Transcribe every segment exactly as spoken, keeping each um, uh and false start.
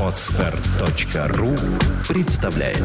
Отстар точка ру представляет.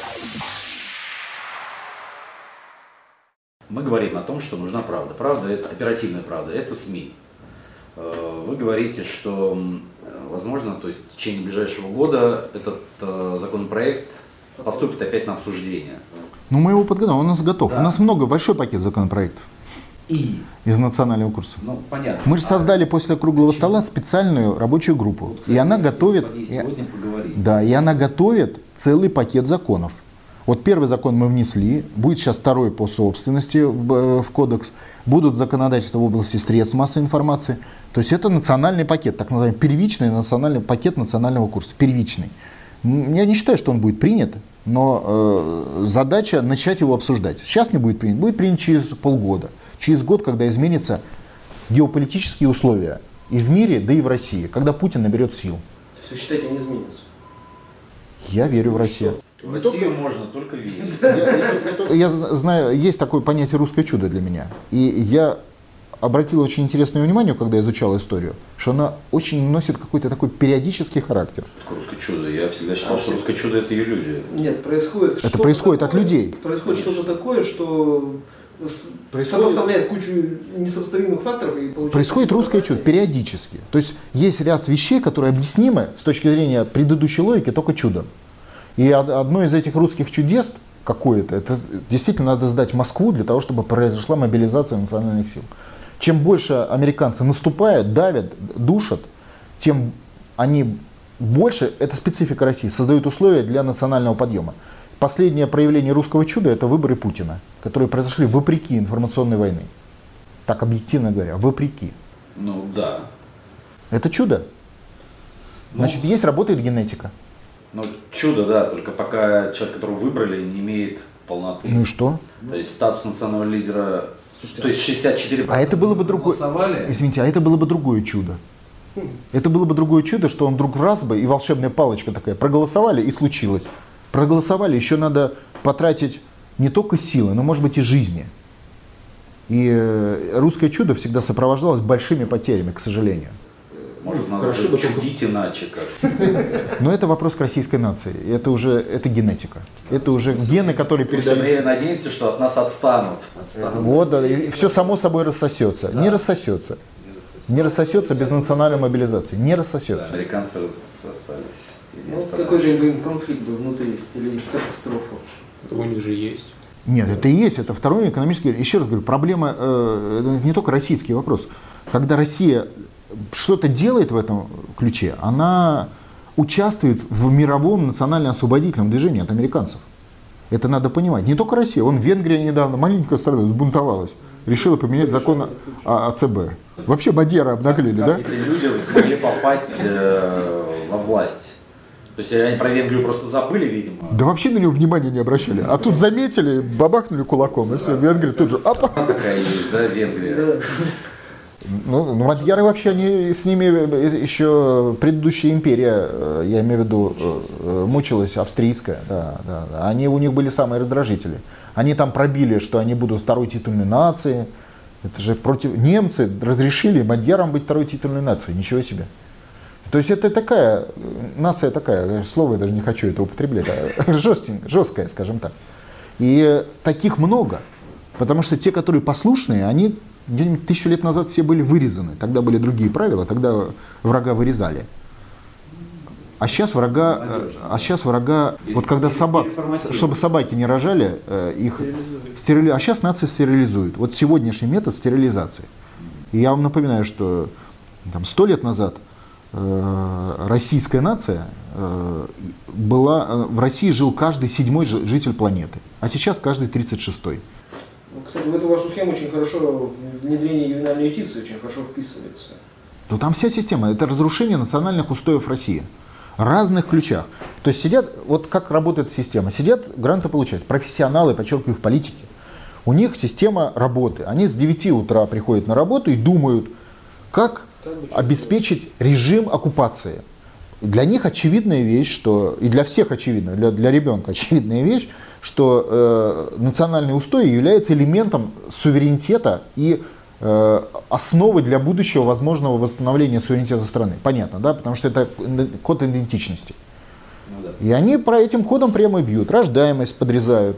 Мы говорим о том, что нужна правда. Правда – это оперативная правда, это СМИ. Вы говорите, что, возможно, то есть в течение ближайшего года этот законопроект поступит опять на обсуждение. Ну, мы его подготовим, он у нас готов. Да. У нас много, большой пакет законопроектов. И? Из национального курса. Ну, понятно. Мы же создали а после круглого почему? стола специальную рабочую группу. Вот, кстати, и она готовит, сегодня поговорим. Да, и она готовит целый пакет законов. Вот первый закон мы внесли, будет сейчас второй по собственности в, в кодекс, будут законодательства в области средств массовой информации. То есть это национальный пакет, так называемый первичный национальный пакет национального курса, первичный. Я не считаю, что он будет принят, но э, задача начать его обсуждать. Сейчас не будет принят, будет принят через полгода, через год, когда изменятся геополитические условия и в мире, да и в России, когда Путин наберет сил. Все считаете, не изменится? Я верю в Россию. В Россию можно только верить. Я, я знаю, есть такое понятие «русское чудо» для меня. И я обратил очень интересное внимание, когда изучал историю, что она очень носит какой-то такой периодический характер. Русское чудо. Я всегда считал, а что русское чудо – это иллюзия. Нет, происходит Это происходит такое, от людей. Происходит что-то такое, что сопоставляет кучу несопоставимых факторов. И происходит русское чудо периодически. То есть есть ряд вещей, которые объяснимы с точки зрения предыдущей логики только чудом. И одно из этих русских чудес какое-то, это действительно надо сдать Москву для того, чтобы произошла мобилизация национальных сил. Чем больше американцы наступают, давят, душат, тем они больше, это специфика России, создают условия для национального подъема. Последнее проявление русского чуда – это выборы Путина, которые произошли вопреки информационной войны. Так объективно говоря, вопреки. Ну да. Это чудо. Ну, Значит, есть, работает генетика. Ну, чудо, да, только пока человек, которого выбрали, не имеет полноты. Ну и что? То есть статус национального лидера, слушайте, то есть шестьдесят четыре процента а это было бы другое, извините, а это было бы другое чудо. Это было бы другое чудо, что он вдруг в раз бы, и волшебная палочка такая, проголосовали, и случилось. Проголосовали, еще надо потратить не только силы, но, может быть, и жизни. И русское чудо всегда сопровождалось большими потерями, к сожалению. Может, надо же чудить иначе как. Но это вопрос к российской нации. Это уже это генетика. Это уже гены, которые передаются. Мы все время надеемся, что от нас отстанут. отстанут. Вот, да, и все само собой рассосется. Да. Не рассосется. Не рассосется без национальной мобилизации. Не рассосется. Да, американцы рассосались. Ну, какой-то конфликт был внутри или катастрофа. У них же есть. Нет, это и есть. Это второй экономический. Еще раз говорю, проблема э, не только российский вопрос. Когда Россия что-то делает в этом ключе, она участвует в мировом национально-освободительном движении от американцев. Это надо понимать. Не только Россия. Вон Венгрия недавно, маленькая страна, взбунтовалась. Решила поменять закон о ЦБ. Вообще Бадьяра обнаглели, да? Эти люди смогли попасть э, во власть. То есть они про Венгрию просто забыли, видимо. Да вообще на него внимания не обращали. А тут заметили, бабахнули кулаком, и все, Венгрия тут же... Опа! Такая есть, да, Венгрия. Ну, ну, мадьяры вообще, они, с ними еще предыдущая империя, я имею в виду, мучилась, австрийская, да, да, да. Они, у них были самые раздражители. Они там пробили, что они будут второй титульной нацией. Это же против... Немцы разрешили мадьярам быть второй титульной нацией, ничего себе. То есть это такая, нация такая, слово я даже не хочу это употреблять, а жестенькая, жесткая, скажем так. И таких много, потому что те, которые послушные, они... Где-нибудь тысячу лет назад все были вырезаны. Тогда были другие правила, тогда врага вырезали. А сейчас врага, а сейчас врага, вот когда собак, чтобы собаки не рожали, их стерилизуют. А сейчас нация стерилизует. Вот сегодняшний метод стерилизации. И я вам напоминаю, что там, сто лет назад э, российская нация э, была, в России жил каждый седьмой житель планеты, а сейчас каждый тридцать шестой. Кстати, в эту вашу схему очень хорошо внедрение ювенальной юстиции очень хорошо вписывается. Ну там вся система, это разрушение национальных устоев России. В разных ключах. То есть сидят, вот как работает система, сидят, гранты получают, профессионалы, подчеркиваю, в политике. У них система работы. Они с девяти утра приходят на работу и думают, как обеспечить режим оккупации. Для них очевидная вещь, что, и для всех очевидно, для, для ребенка очевидная вещь, что э, национальный устой является элементом суверенитета и э, основы для будущего возможного восстановления суверенитета страны. Понятно, да? Потому что это код идентичности. Ну, да. И они про этим кодом прямо бьют. Рождаемость подрезают.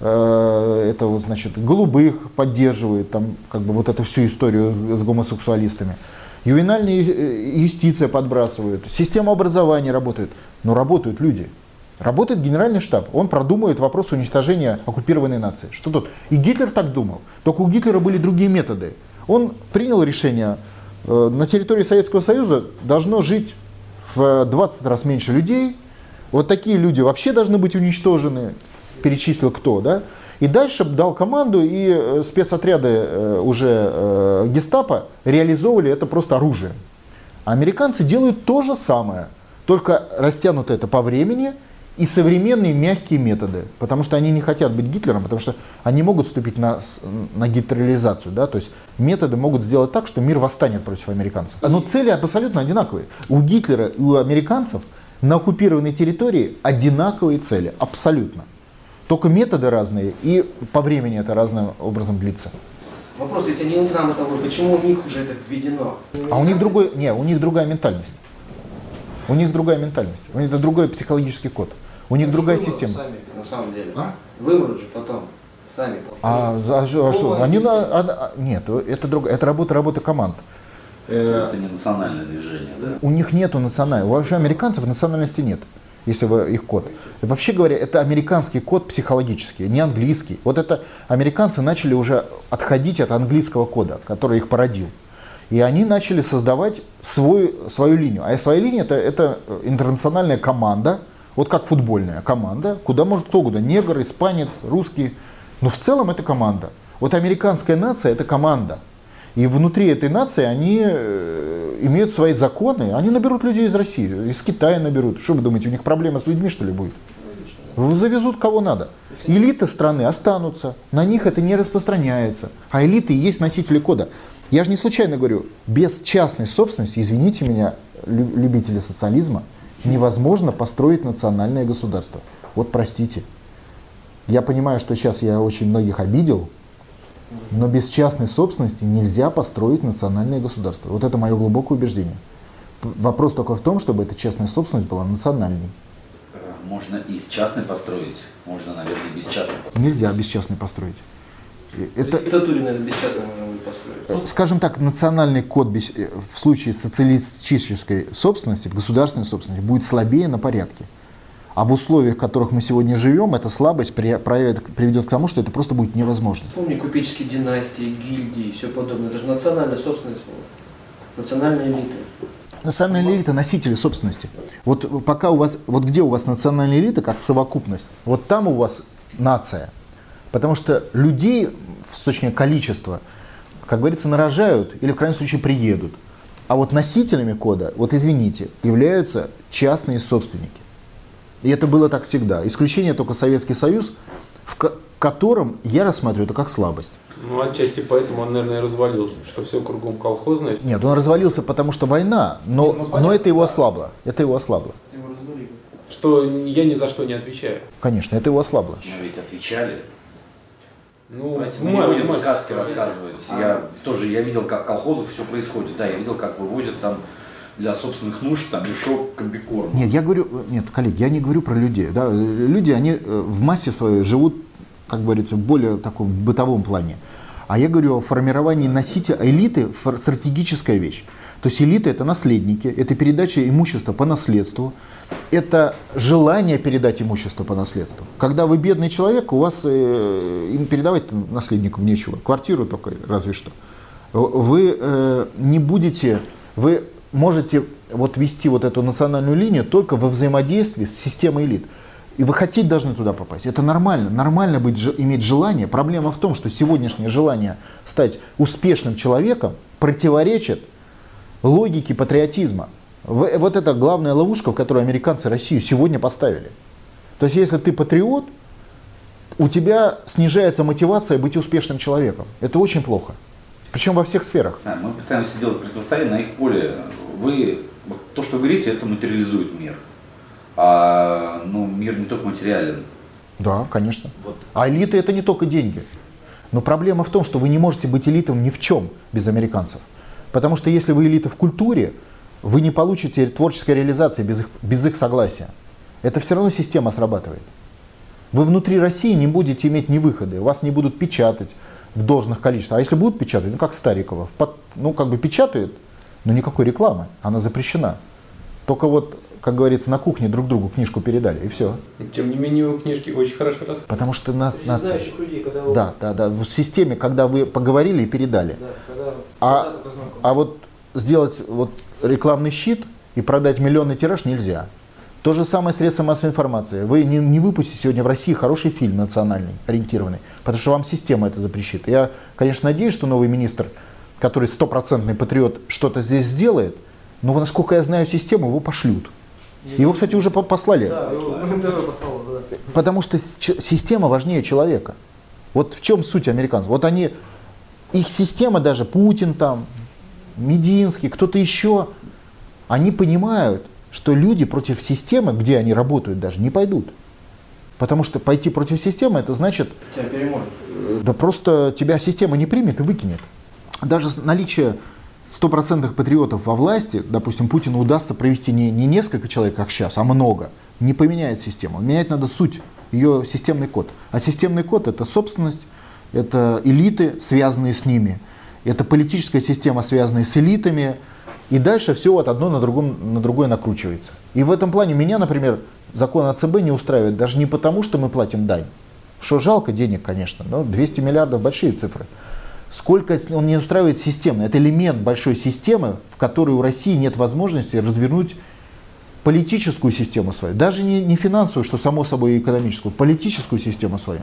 Это вот, значит, голубых поддерживают, там, как бы вот эту всю историю с, с гомосексуалистами. Ювенальная юстиция подбрасывают, система образования работает. Но работают люди. Работает генеральный штаб. Он продумывает вопрос уничтожения оккупированной нации. Что тут? И Гитлер так думал. Только у Гитлера были другие методы. Он принял решение, э, на территории Советского Союза должно жить в двадцать раз меньше людей. Вот такие люди вообще должны быть уничтожены. Перечислил кто, да? И дальше дал команду, и спецотряды э, уже э, гестапо реализовывали это просто оружием. А американцы делают то же самое, только растянуто это по времени и современные мягкие методы. Потому что они не хотят быть Гитлером, потому что они могут вступить на, на гитлеризацию. Да? То есть методы могут сделать так, что мир восстанет против американцев. Но цели абсолютно одинаковые. У Гитлера и у американцев на оккупированной территории одинаковые цели, абсолютно. Только методы разные, и по времени это разным образом длится. Вопрос, если они к нам это, почему у них уже это введено? А у них другой, не, у них другая ментальность. У них другая ментальность. У них это другой психологический код. У них ну, другая вымрут система. Сами, на самом деле. А? Вымрут же потом. Сами. А, а, а что? Они на, а, нет, это другая, это работа, работа команд. Это не национальное движение, да? У них нету национального. Вообще американцев национальности нет. Если вы их код. Вообще говоря, это американский код психологический, не английский. Вот это американцы начали уже отходить от английского кода, который их породил. И они начали создавать свой, свою линию. А своя линия это, это интернациональная команда, вот как футбольная команда, куда может кто угодно, негр, испанец, русский. Но в целом это команда. Вот американская нация это команда. И внутри этой нации они э, имеют свои законы. Они наберут людей из России, из Китая наберут. Что вы думаете, у них проблема с людьми, что ли, будет? Завезут кого надо. Элиты страны останутся, на них это не распространяется. А элиты и есть носители кода. Я же не случайно говорю, без частной собственности, извините меня, любители социализма, невозможно построить национальное государство. Вот простите. Я понимаю, что сейчас я очень многих обидел, но без частной собственности нельзя построить национальное государство. Вот это мое глубокое убеждение. Вопрос только в том, чтобы эта частная собственность была национальной. Можно и с частной построить, можно, наверное, без частной построить. Нельзя без частной построить. Это, диктатуре, наверное, без частной можно будет построить. Скажем так, национальный код без, в случае социалистической собственности, государственной собственности, будет слабее на порядке. А в условиях, в которых мы сегодня живем, эта слабость проявит, приведет к тому, что это просто будет невозможно. Помни купеческие династии, гильдии и все подобное. Это же национальная собственность была. Национальная элита. Национальная элита — носители собственности. Вот пока у вас, вот где у вас национальная элита, как совокупность, вот там у вас нация. Потому что людей, с точки зрения количества, как говорится, нарожают или в крайнем случае приедут. А вот носителями кода, вот извините, являются частные собственники. И это было так всегда. Исключение только Советский Союз, в котором я рассматриваю это как слабость. Ну, отчасти поэтому он, наверное, и развалился, что все кругом колхозное. Нет, он развалился, потому что война, но, ну, но это его ослабло. Это его ослабло. Что я ни за что не отвечаю. Конечно, это его ослабло. Мы ведь отвечали. Ну, Давайте мы не будем сказки рассказывать. А. Я тоже я видел, как в колхозах все происходит. Да, я видел, как вывозят там для собственных нужд там мешок комбикорма. Нет, я говорю, нет, коллеги, я не говорю про людей. Да, люди, они в массе своей живут, как говорится, в более таком бытовом плане. А я говорю о формировании носителя элиты, стратегическая вещь. То есть элита — это наследники, это передача имущества по наследству, это желание передать имущество по наследству. Когда вы бедный человек, у вас э, им передавать наследникам нечего, квартиру только разве что. Вы э, не будете, вы можете вот вести вот эту национальную линию только во взаимодействии с системой элит. И вы хотите должны туда попасть. Это нормально. Нормально быть, иметь желание. Проблема в том, что сегодняшнее желание стать успешным человеком противоречит логике патриотизма. Вот это главная ловушка, в которую американцы Россию сегодня поставили. То есть если ты патриот, у тебя снижается мотивация быть успешным человеком. Это очень плохо. Причем во всех сферах. Да, мы пытаемся делать противостояние на их поле. Вы, то, что вы говорите, это материализует мир. А ну, мир не только материален. Да, конечно. Вот. А элита — это не только деньги. Но проблема в том, что вы не можете быть элитом ни в чем без американцев. Потому что если вы элита в культуре, вы не получите творческой реализации без их, без их согласия. Это все равно система срабатывает. Вы внутри России не будете иметь ни выхода, вас не будут печатать в должных количествах. А если будут печатать, ну как Старикова, под, ну как бы печатают, но никакой рекламы, она запрещена. Только вот, как говорится, на кухне друг другу книжку передали, и все. Тем не менее, его книжки очень хорошо рассказаны. Потому что на, Среди нация... знающих людей, когда вы- Да, да, да. В системе, когда вы поговорили и передали. Да, когда- А, когда только знакомы. а вот сделать вот рекламный щит и продать миллионный тираж нельзя. То же самое средства массовой информации. Вы не, не выпустите сегодня в России хороший фильм национальный, ориентированный, потому что вам система это запрещит. Я, конечно, надеюсь, что новый министр, который стопроцентный патриот, что-то здесь сделает, но, насколько я знаю систему, его пошлют. Его, кстати, уже по- послали. Да, его эн тэ вэ послало, да. Потому что ч- система важнее человека. Вот в чем суть американцев. Вот они, их система даже, Путин там, Мединский, кто-то еще, они понимают, что люди против системы, где они работают даже, не пойдут. Потому что пойти против системы, это значит, Тебя перемолят. э, да просто тебя система не примет и выкинет. Даже с- наличие стопроцентных патриотов во власти, допустим, Путину удастся провести не, не несколько человек, как сейчас, а много, не поменяет систему. Менять надо суть, ее системный код. А системный код — это собственность, это элиты, связанные с ними, это политическая система, связанная с элитами, и дальше все вот одно на, другом, на другое накручивается. И в этом плане меня, например, закон о цэ бэ не устраивает даже не потому, что мы платим дань, что жалко денег, конечно, но двести миллиардов большие цифры. Сколько он не устраивает системно. Это элемент большой системы, в которой у России нет возможности развернуть политическую систему свою. Даже не, не финансовую, что само собой и экономическую, политическую систему свою.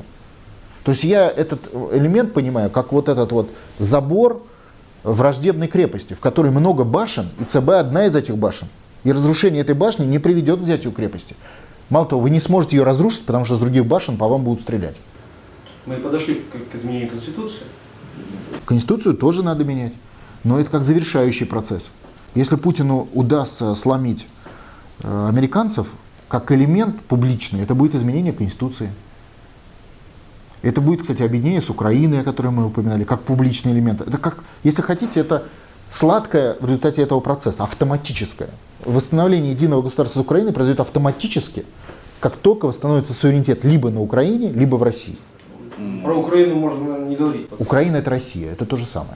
То есть я этот элемент понимаю, как вот этот вот забор враждебной крепости, в которой много башен, и цэ бэ одна из этих башен. И разрушение этой башни не приведет к взятию крепости. Мало того, вы не сможете ее разрушить, потому что с других башен по вам будут стрелять. Мы подошли к, к изменению Конституции. Конституцию тоже надо менять, но это как завершающий процесс. Если Путину удастся сломить э, американцев как элемент публичный, это будет изменение Конституции. Это будет, кстати, объединение с Украиной, о которой мы упоминали, как публичный элемент. Это как, если хотите, это сладкое в результате этого процесса, автоматическое. Восстановление единого государства с Украиной произойдет автоматически, как только восстановится суверенитет либо на Украине, либо в России. Про Украину можно, наверное, не говорить. Украина — это Россия, это то же самое.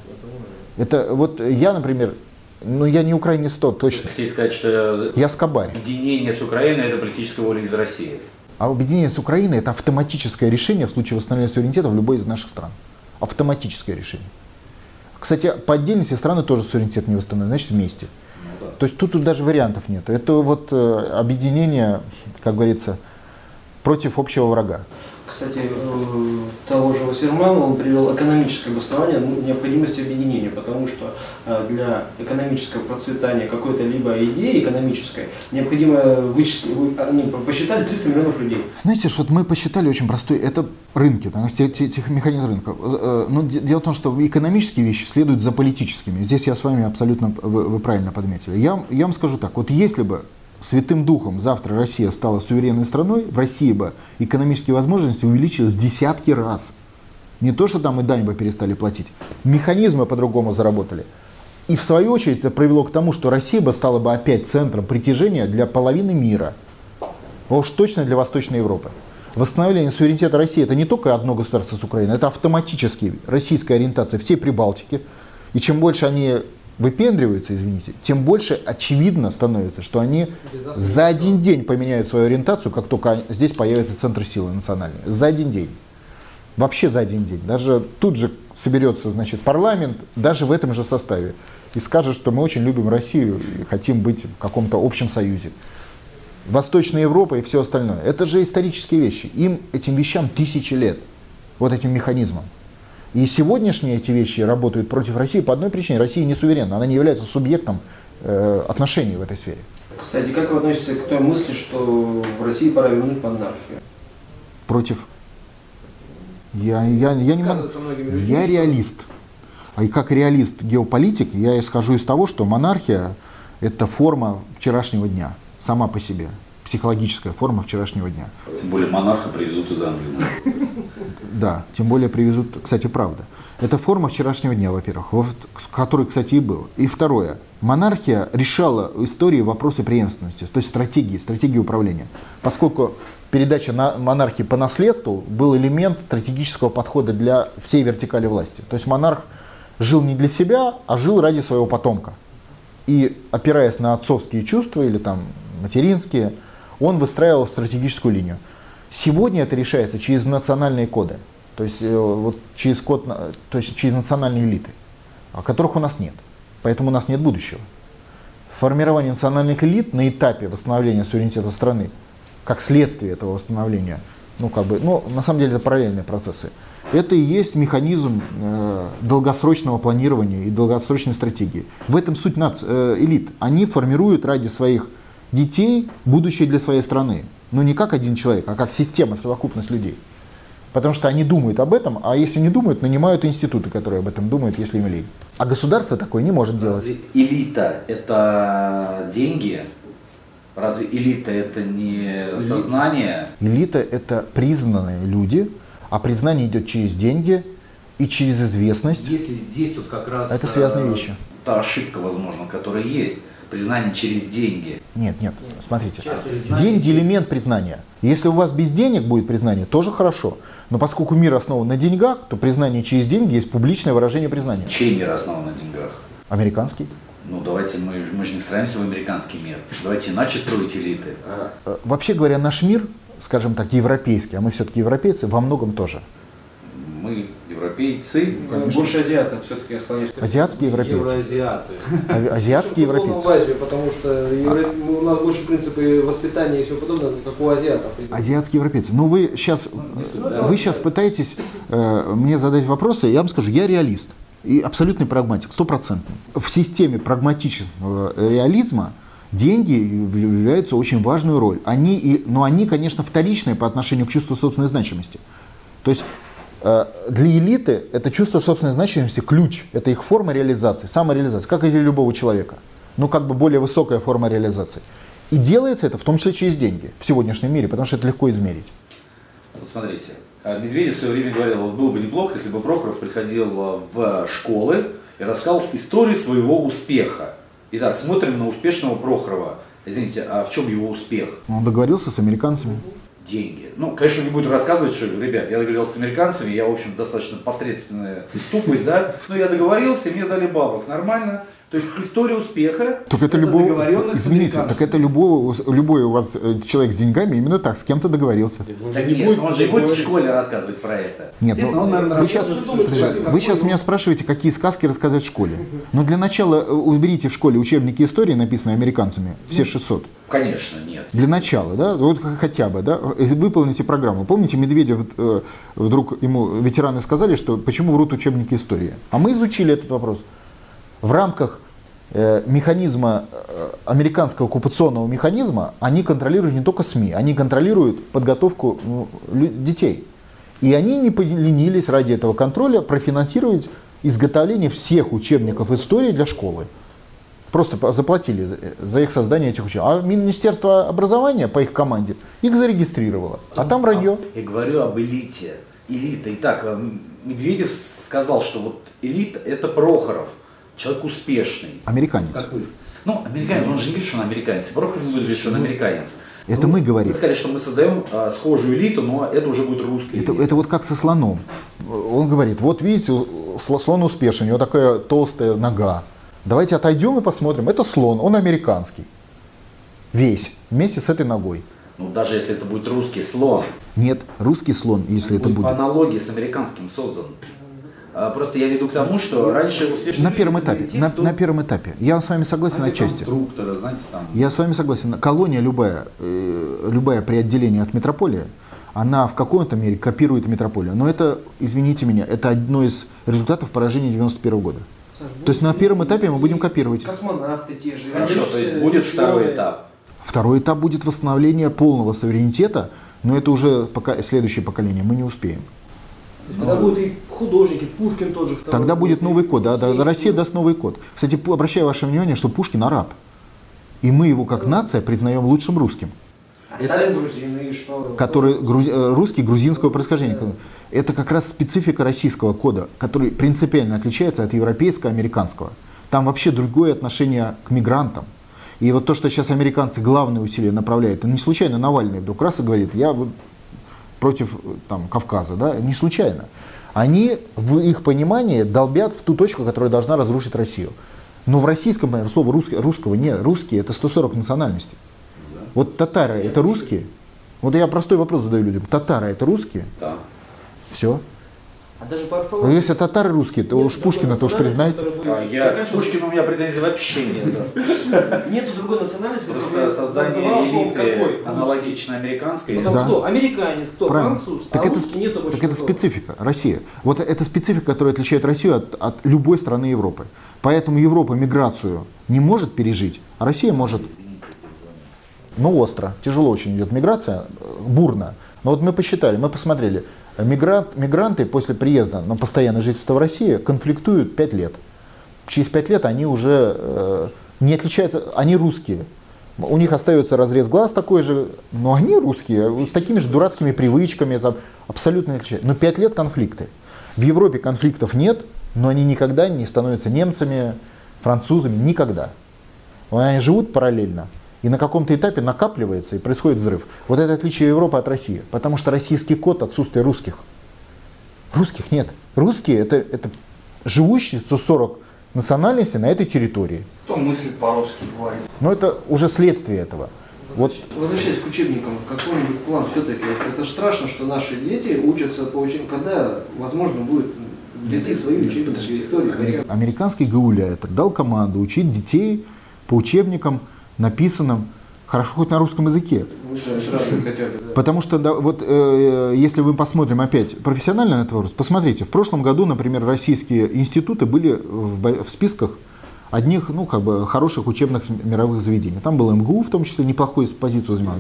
Это вот я, например, ну я не украинец тот, точно. Хотите сказать, что Я скобарь. объединение с Украиной — это политическая воля из России? А объединение с Украиной — это автоматическое решение в случае восстановления суверенитета в любой из наших стран. Автоматическое решение. Кстати, по отдельности страны тоже суверенитет не восстановят, значит вместе. Ну, да. То есть тут уж даже вариантов нет. Это вот э, объединение, как говорится, против общего врага. Кстати, э, того же Вассермана он привел экономическое обоснование необходимости объединения, потому что э, для экономического процветания какой-то либо идеи экономической необходимо вычислить, вы- они посчитали триста миллионов людей. Знаете, что вот мы посчитали очень простой, это рынки, там, те- те- те- механизм рынка. Э, Но де- дело в том, что экономические вещи следуют за политическими. Здесь я с вами абсолютно, вы, вы правильно подметили. Я, вам- я вам скажу так, вот если бы Святым Духом завтра Россия стала суверенной страной, в России бы экономические возможности увеличились в десятки раз. Не то, что там и дань бы перестали платить, механизмы по-другому заработали. И в свою очередь это привело к тому, что Россия бы стала бы опять центром притяжения для половины мира. А уж точно для Восточной Европы. Восстановление суверенитета России — это не только одно государство с Украиной, это автоматически российская ориентация всей Прибалтики. И чем больше они выпендриваются, извините, тем больше очевидно становится, что они за один день поменяют свою ориентацию, как только здесь появится центр силы национальный. За один день. Вообще за один день. Даже тут же соберется, значит, парламент, даже в этом же составе, и скажет, что мы очень любим Россию и хотим быть в каком-то общем союзе. Восточная Европа и все остальное. Это же исторические вещи. Им, этим вещам, тысячи лет. Вот этим механизмам. И сегодняшние эти вещи работают против России по одной причине. Россия не суверенна, она не является субъектом э, отношений в этой сфере. Кстати, как вы относитесь к той мысли, что в России пора вернуть монархию? Против. Я, я, я, не могу. Сказывается многими людьми, Я что- реалист. А и как реалист-геополитик я исхожу из того, что монархия — это форма вчерашнего дня. Сама по себе. Психологическая форма вчерашнего дня. Тем более монарха привезут из Англии. Да, тем более привезут, кстати, правда. Это форма вчерашнего дня, во-первых, который, кстати, и был. И второе. Монархия решала в истории вопросы преемственности, то есть стратегии, стратегии управления. Поскольку передача на монархии по наследству был элемент стратегического подхода для всей вертикали власти. То есть монарх жил не для себя, а жил ради своего потомка. И опираясь на отцовские чувства или там материнские, он выстраивал стратегическую линию. Сегодня это решается через национальные коды, то есть, э, вот, через, код, то есть через национальные элиты, которых у нас нет. Поэтому у нас нет будущего. Формирование национальных элит на этапе восстановления суверенитета страны, как следствие этого восстановления, ну, как бы, ну, на самом деле это параллельные процессы. Это и есть механизм э, долгосрочного планирования и долгосрочной стратегии. В этом суть нац, э, элит. Они формируют ради своих детей будущее для своей страны. Но не как один человек, а как система, совокупность людей. Потому что они думают об этом, а если не думают, нанимают институты, которые об этом думают, если им лень. А государство такое не может делать. Разве элита – это деньги? Разве элита – это не сознание? Элита – это признанные люди, а признание идет через деньги и через известность. Если здесь вот как раз это связанные вещи. Та ошибка, возможно, которая есть. Признание через деньги. Нет, нет, смотрите. Деньги – элемент признания. Если у вас без денег будет признание, тоже хорошо. Но поскольку мир основан на деньгах, то признание через деньги есть публичное выражение признания. Чей мир основан на деньгах? Американский. Ну давайте, мы, мы же не встраиваемся в американский мир. Давайте иначе строить элиты. Вообще говоря, наш мир, скажем так, европейский, а мы все-таки европейцы, во многом тоже. Мы европейцы. Ну, больше азиатов все-таки склоняюсь. Азиатские европейцы. Евроазиаты. А, азиатские европейцы. В Азию, потому что евро... у нас больше принципы воспитания и всего подобного, как у азиатов. Азиатские европейцы. Ну вы сейчас, вы сейчас пытаетесь э, мне задать вопросы, я вам скажу, я реалист и абсолютный прагматик, стопроцентный. В системе прагматичного реализма деньги являются очень важную роль. Они и, но они, конечно, вторичные по отношению к чувству собственной значимости. То есть для элиты это чувство собственной значимости ключ, это их форма реализации, самореализации, как и для любого человека. Ну, как бы более высокая форма реализации. И делается это в том числе через деньги в сегодняшнем мире, потому что это легко измерить. Вот смотрите, Медведев в свое время говорил, вот было бы неплохо, если бы Прохоров приходил в школы и рассказал историю своего успеха. Итак, смотрим на успешного Прохорова. Извините, а в чем его успех? Он договорился с американцами. Деньги. Ну, конечно, не буду рассказывать, что, ребят, я договорился с американцами, я, в общем, достаточно посредственная тупость, да, но я договорился, и мне дали бабок, нормально. То есть история успеха, так это, это любого, извините, так это любого, любой у вас человек с деньгами именно так, с кем-то договорился. Так нет, будет, он же не будет в школе рассказывать про это. Нет, ну, он, наверное, вы сейчас, вы сейчас меня спрашиваете, какие сказки рассказать в школе. Но для начала уберите в школе учебники истории, написанные американцами, все шестьсот. Конечно, нет. Для начала, да, вот хотя бы, да, выполните программу. Помните, Медведев э, вдруг ему ветераны сказали, что почему врут учебники истории. А мы изучили этот вопрос. В рамках э, механизма, э, американского оккупационного механизма, они контролируют не только СМИ, они контролируют подготовку ну, детей. И они не поленились ради этого контроля профинансировать изготовление всех учебников истории для школы. Просто заплатили за, за их создание этих учебников. А Министерство образования по их команде их зарегистрировало. А там радио. Я говорю об элите. Элита. Итак, Медведев сказал, что вот элита – это Прохоров. Человек успешный. Американец. Как вы? Ну, американец, он же не говорит, что он американец. Прохоров не будет говорить, что он американец. Это ну, мы говорим. Вы сказали, что мы создаем а, схожую элиту, но это уже будет русская это, элита. Это вот как со слоном. Он говорит, вот видите, слон успешный, у него такая толстая нога. Давайте отойдем и посмотрим. Это слон, он американский. Весь, вместе с этой ногой. Ну, даже если это будет русский слон. Нет, русский слон, если это будет. По аналогии с американским создан. А, просто я веду к тому, что раньше успешные... На первом этапе, те, на, кто... на первом этапе. Я с вами согласен а отчасти. Знаете, там... Я с вами согласен. Колония любая, э, любая при отделении от метрополии, она в каком-то мере копирует метрополию. Но это, извините меня, это одно из результатов поражения девяносто первого года. То есть на первом этапе мы будем копировать. Космонавты те же. Хорошо, то есть будет второй этап. Второй этап будет восстановление полного суверенитета, но это уже пока, следующее поколение, мы не успеем. Тогда будут и художники, Пушкин тот же. Тогда будет новый код, да, да, Россия даст новый код. Кстати, обращаю ваше внимание, что Пушкин араб. И мы его как нация признаем лучшим русским. А Сталин грузин, и что... который грузи, русский грузинского происхождения. Это как раз специфика российского кода, который принципиально отличается от европейского, американского. Там вообще другое отношение к мигрантам. И вот то, что сейчас американцы главные усилия направляют, это не случайно Навальный вдруг раз и говорит, я против там, Кавказа, да, не случайно. Они в их понимании долбят в ту точку, которая должна разрушить Россию. Но в российском, например, слова русский, русского нет. Русские это сто сорок национальностей. Да. Вот татары это русские. Вот я простой вопрос задаю людям. Татары это русские? Да. Все. А даже по Но если татары русские, то нет, уж Пушкина, то уж признайте. А, я к Пушкину у меня претензий вообще нет. Нету другой национальности, просто создание элиты аналогично американской. Да. Кто? Американец, кто? Правильно. Француз. Так а это, русский нету больше. Так это специфика России. Вот это специфика, которая отличает Россию от, от любой страны Европы. Поэтому Европа миграцию не может пережить, а Россия может. Ну остро, тяжело очень идет миграция, бурно. Но вот мы посчитали, мы посмотрели. Мигрант, мигранты после приезда на постоянное жительство в России конфликтуют пять лет. Через пять лет они уже э, не отличаются, они русские. У них остается разрез глаз такой же, но они русские, с такими же дурацкими привычками, там, абсолютно не отличаются. Но пять лет конфликты. В Европе конфликтов нет, но они никогда не становятся немцами, французами, никогда. Они живут параллельно. И на каком-то этапе накапливается и происходит взрыв. Вот это отличие Европы от России. Потому что российский код — отсутствие русских. Русских нет. Русские это, это живущие сто сорок национальностей на этой территории. Кто мыслит по-русски говорит? Но это уже следствие этого. Вот. Возвращаясь к учебникам, какой-нибудь план все-таки. Это же страшно, что наши дети учатся по учебникам, когда, возможно, будет вести свои учебники истории. Американский гауляйтер дал команду учить детей по учебникам, написанным хорошо хоть на русском языке. Потому что да, вот э, если мы посмотрим опять профессионально на этот вопрос, посмотрите, в прошлом году, например, российские институты были в, в списках одних, ну, как бы, хороших учебных мировых заведений. Там был эм гэ у, в том числе, неплохую позицию занимал.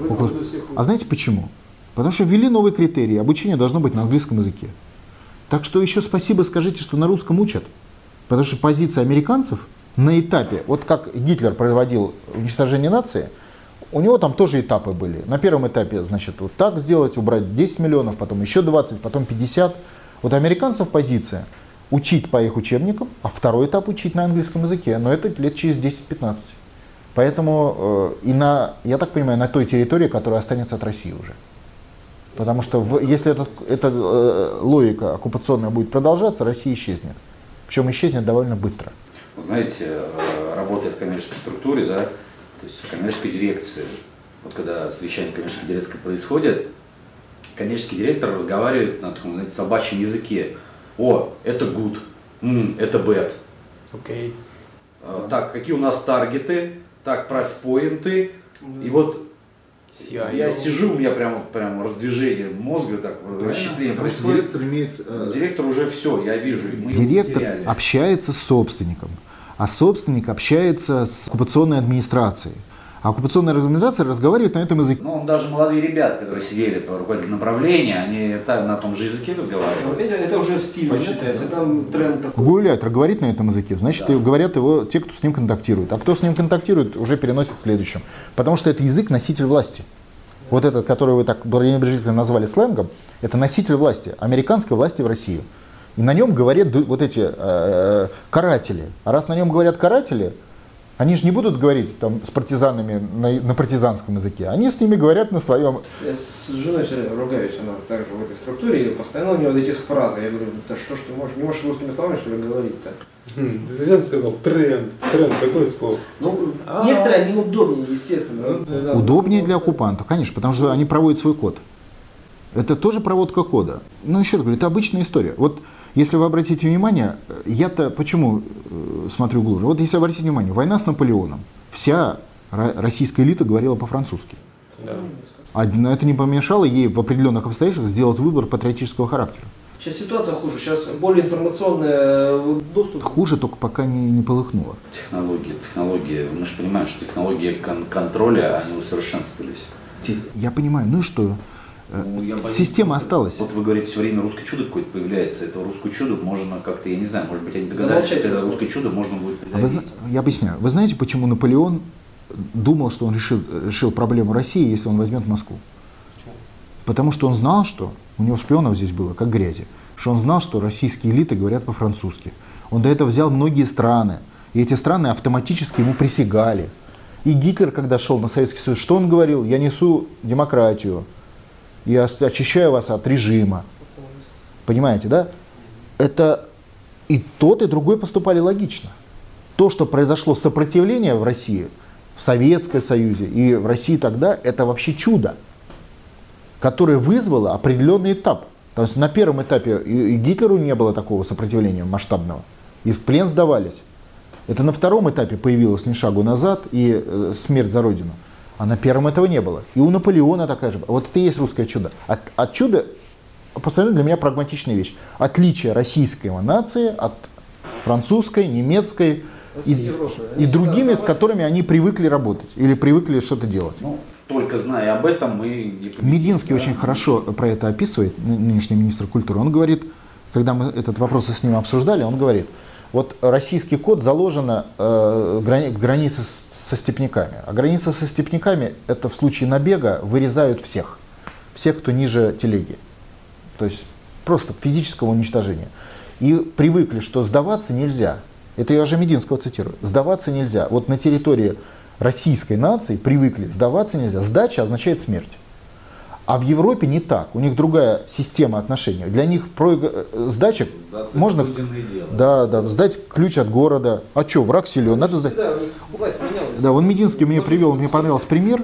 А знаете почему? Потому что ввели новые критерии, обучение должно быть на английском языке. Так что еще спасибо скажите, что на русском учат. Потому что позиция американцев на этапе, вот как Гитлер проводил уничтожение нации, у него там тоже этапы были. На первом этапе, значит, вот так сделать, убрать десять миллионов, потом еще двадцать, потом пятьдесят. Вот у американцев позиция учить по их учебникам, а второй этап учить на английском языке, но это лет через десять-пятнадцать. Поэтому э, и на, я так понимаю, на той территории, которая останется от России уже. Потому что в, если этот, эта э, логика оккупационная будет продолжаться, Россия исчезнет. Причем исчезнет довольно быстро. Знаете, работает в коммерческой структуре, да, то есть в коммерческой дирекции. Вот когда совещание коммерческой дирекции происходит, коммерческий директор разговаривает на таком, знаете, собачьем языке. О, это good, м, это bad. Окей. Okay. Так, какие у нас таргеты, так, прайс-поинты. И вот си ай о. Я сижу, у меня прям, прям раздвижение мозга, так, расщепление происходит. Директор имеет... Э... Директор уже все, я вижу. Мы Директор общается с собственником, а собственник общается с оккупационной администрацией. А оккупационная администрация разговаривает на этом языке. Ну, даже молодые ребята, которые сидели по руководителю направления, они так, на том же языке разговаривают. Это уже стиль считается, это тренд такой. Гауляйтер говорит на этом языке, значит, да. Говорят его те, кто с ним контактирует. А кто с ним контактирует, уже переносит следующим. Потому что это язык носитель власти. Вот этот, который вы так пренебрежительно назвали сленгом, это носитель власти, американской власти в России. И на нем говорят вот эти э, каратели. А раз на нем говорят каратели, они же не будут говорить там, с партизанами на, на партизанском языке, они с ними говорят на своем. Я с женой все время ругаюсь, она также в этой структуре, и постоянно у нее вот эти фразы. Я говорю, да что ж ты можешь, не можешь русскими словами что ли говорить-то? Ты зачем сказал тренд? Тренд, какое слово? Ну, некоторые они удобнее, естественно. Удобнее для оккупантов, конечно, потому что они проводят свой код. Это тоже проводка кода. Но еще раз говорю, это обычная история. Вот если вы обратите внимание, я-то почему э, смотрю глубже? Вот если обратите внимание, война с Наполеоном, вся российская элита говорила по-французски. Да. А это не помешало ей в определенных обстоятельствах сделать выбор патриотического характера. Сейчас ситуация хуже, сейчас более информационный доступ. Хуже, только пока не, не полыхнуло. Технологии, технологии. Мы же понимаем, что технологии кон- контроля, они усовершенствовались. Я понимаю, ну и что? Ну, система осталась. Вот вы говорите, все время русское чудо какое-то появляется. Это русское чудо можно как-то, я не знаю, может быть, они догадаются, что это русское чудо можно будет придавить. А вы, я объясняю. Вы знаете, почему Наполеон думал, что он решил, решил проблему России, если он возьмет Москву? Потому что он знал, что у него шпионов здесь было, как грязи. Что он знал, что российские элиты говорят по-французски. Он до этого взял многие страны. И эти страны автоматически ему присягали. И Гитлер, когда шел на Советский Союз, что он говорил? Я несу демократию. Я очищаю вас от режима. Понимаете, да? Это и тот, и другой поступали логично. То, что произошло сопротивление в России, в Советском Союзе и в России тогда, это вообще чудо, которое вызвало определенный этап. То есть на первом этапе и Гитлеру не было такого сопротивления масштабного, и в плен сдавались. Это на втором этапе появилось ни шагу назад и э, смерть за Родину. А на первом этого не было. И у Наполеона такая же. Вот это и есть русское чудо. От, от чуда, пацаны, для меня прагматичная вещь. Отличие российской нации от французской, немецкой и, Европы, и другими, с которыми они привыкли работать или привыкли что-то делать. Ну, только зная об этом, мы не победим. Мединский да? очень хорошо про это описывает, нынешний министр культуры. Он говорит, когда мы этот вопрос с ним обсуждали, он говорит, вот российский код заложена э, грани, граница с, со степняками. А граница со степняками, это в случае набега вырезают всех. Всех, кто ниже телеги. То есть просто физического уничтожения. И привыкли, что сдаваться нельзя. Это я уже Мединского цитирую. Сдаваться нельзя. Вот на территории российской нации привыкли, сдаваться нельзя. Сдача означает смерть. А в Европе не так. У них другая система отношений. Для них про... сдача Сдаться можно... Да, да, сдать ключ от города. А что, враг силен, надо сдать. Да, у них власть менялась. Да, вон Мединский мне привел, мне понравился пример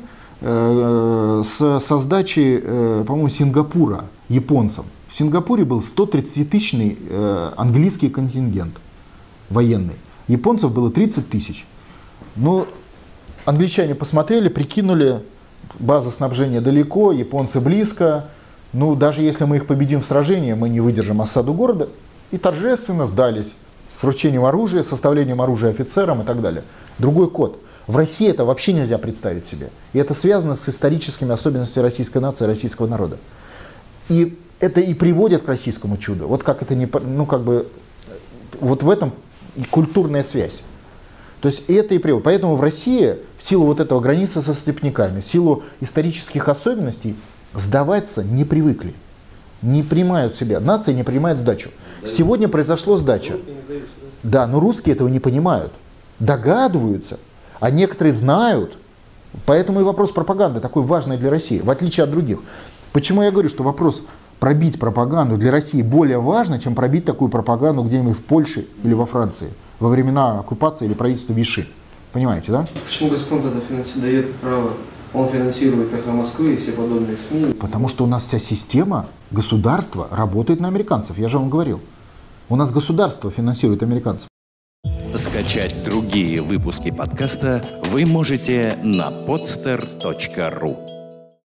э, с, со сдачей, э, по-моему, Сингапура японцам. В Сингапуре был сто тридцатитысячный э, английский контингент военный. Японцев было тридцать тысяч. Но англичане посмотрели, прикинули, база снабжения далеко, японцы близко. Ну, даже если мы их победим в сражении, мы не выдержим осаду города. И торжественно сдались с вручением оружия, составлением оружия офицерам и так далее. Другой код. В России это вообще нельзя представить себе. И это связано с историческими особенностями российской нации, российского народа. И это и приводит к российскому чуду. Вот как это не, ну как бы, вот в этом и культурная связь. То есть это и приводит. Поэтому в России в силу вот этого границы со степняками, в силу исторических особенностей сдаваться не привыкли. Не принимают себя. Нация не принимает сдачу. Сегодня произошла сдача. Да, но русские этого не понимают. Догадываются. А некоторые знают. Поэтому и вопрос пропаганды такой важный для России, в отличие от других. Почему я говорю, что вопрос пробить пропаганду для России более важно, чем пробить такую пропаганду где-нибудь в Польше или во Франции во времена оккупации или правительства Виши. Понимаете, да? Почему «Газпром» тогда дает право? Он финансирует «Эхо Москвы» и все подобные СМИ. Потому что у нас вся система государства работает на американцев. Я же вам говорил. У нас государство финансирует американцев. Скачать другие выпуски подкаста вы можете на podster точка ру.